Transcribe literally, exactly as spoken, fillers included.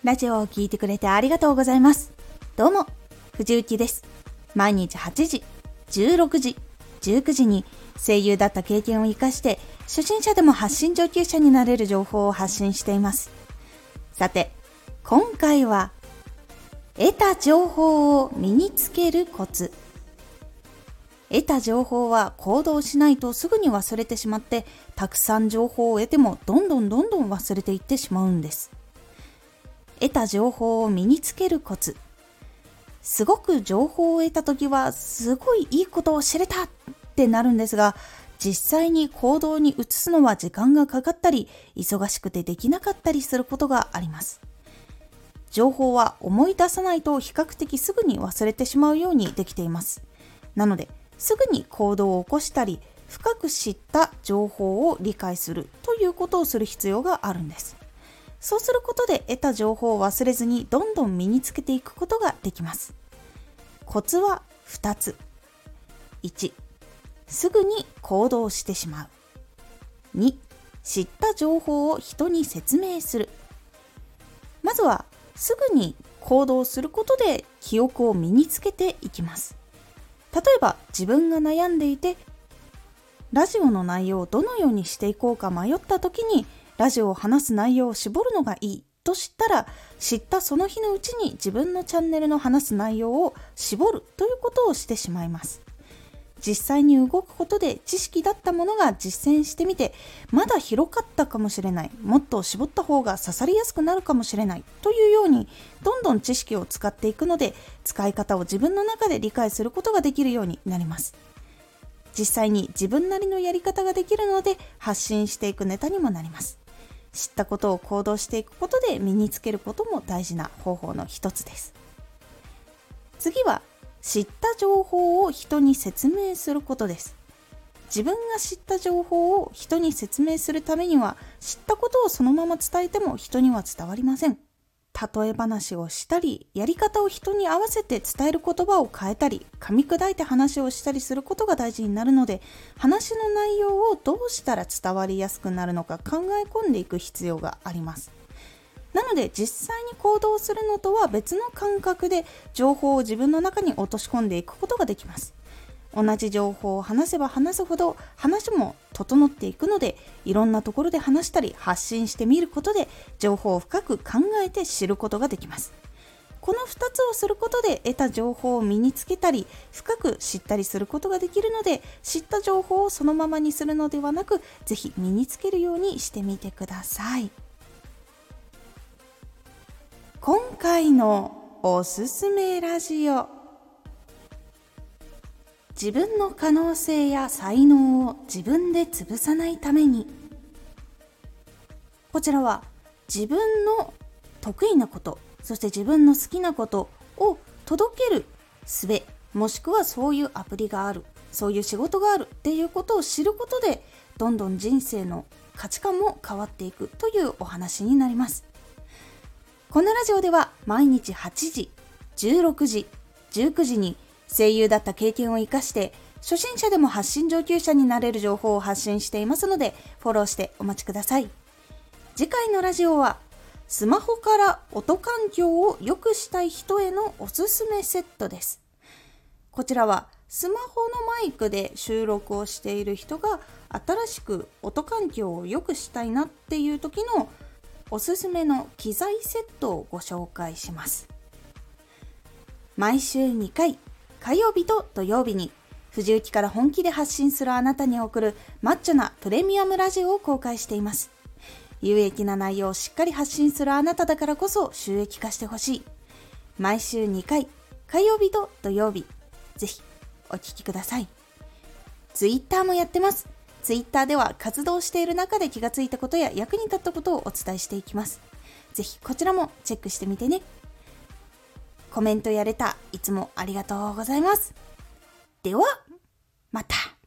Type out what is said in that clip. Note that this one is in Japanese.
ラジオを聞いてくれてありがとうございます。どうも、藤幸です。毎日はちじ、じゅうろくじ、じゅうくじに声優だった経験を生かして初心者でも発信上級者になれる情報を発信しています。さて、今回は得た情報を身につけるコツ。得た情報は行動しないとすぐに忘れてしまって、たくさん情報を得てもどんどんどんどん忘れていってしまうんです。得た情報を身につけるコツ。すごく情報を得たときはすごいいいことを知れたってなるんですが、実際に行動に移すのは時間がかかったり、忙しくてできなかったりすることがあります。情報は思い出さないと比較的すぐに忘れてしまうようにできています。なので、すぐに行動を起こしたり、深く知った情報を理解するということをする必要があるんです。そうすることで得た情報を忘れずにどんどん身につけていくことができます。コツはふたつ。いち、すぐに行動してしまう。に、知った情報を人に説明する。まずはすぐに行動することで記憶を身につけていきます。例えば自分が悩んでいて、ラジオの内容をどのようにしていこうか迷った時に、ラジオを話す内容を絞るのがいいと知ったら、知ったその日のうちに自分のチャンネルの話す内容を絞るということをしてしまいます。実際に動くことで知識だったものが実践してみて、まだ広かったかもしれない、もっと絞った方が刺さりやすくなるかもしれないというように、どんどん知識を使っていくので、使い方を自分の中で理解することができるようになります。実際に自分なりのやり方ができるので、発信していくネタにもなります。知ったことを行動していくことで身につけることも大事な方法の一つです。次は、知った情報を人に説明することです。自分が知った情報を人に説明するためには、知ったことをそのまま伝えても人には伝わりません。例え話をしたり、やり方を人に合わせて伝える言葉を変えたり、噛み砕いて話をしたりすることが大事になるので、話の内容をどうしたら伝わりやすくなるのか考え込んでいく必要があります。なので、実際に行動するのとは別の感覚で情報を自分の中に落とし込んでいくことができます。同じ情報を話せば話すほど話も整っていくので、いろんなところで話したり発信してみることで情報を深く考えて知ることができます。このふたつをすることで得た情報を身につけたり深く知ったりすることができるので、知った情報をそのままにするのではなく、ぜひ身につけるようにしてみてください。今回のおすすめラジオ。自分の可能性や才能を自分で潰さないために。こちらは自分の得意なこと、そして自分の好きなことを届ける術、もしくはそういうアプリがある、そういう仕事があるっていうことを知ることで、どんどん人生の価値観も変わっていくというお話になります。このラジオでは毎日はちじ、じゅうろくじ、じゅうくじに声優だった経験を生かして初心者でも発信上級者になれる情報を発信していますので、フォローしてお待ちください。次回のラジオはスマホから音環境を良くしたい人へのおすすめセットです。こちらはスマホのマイクで収録をしている人が新しく音環境を良くしたいなっていう時のおすすめの機材セットをご紹介します。毎週にかい、火曜日と土曜日に藤雪から本気で発信するあなたに送るマッチョなプレミアムラジオを公開しています。有益な内容をしっかり発信するあなただからこそ収益化してほしい。毎週にかい、火曜日と土曜日、ぜひお聞きください。ツイッターもやってます。ツイッターでは活動している中で気がついたことや役に立ったことをお伝えしていきます。ぜひこちらもチェックしてみてね。コメントやレターいつもありがとうございます。ではまた。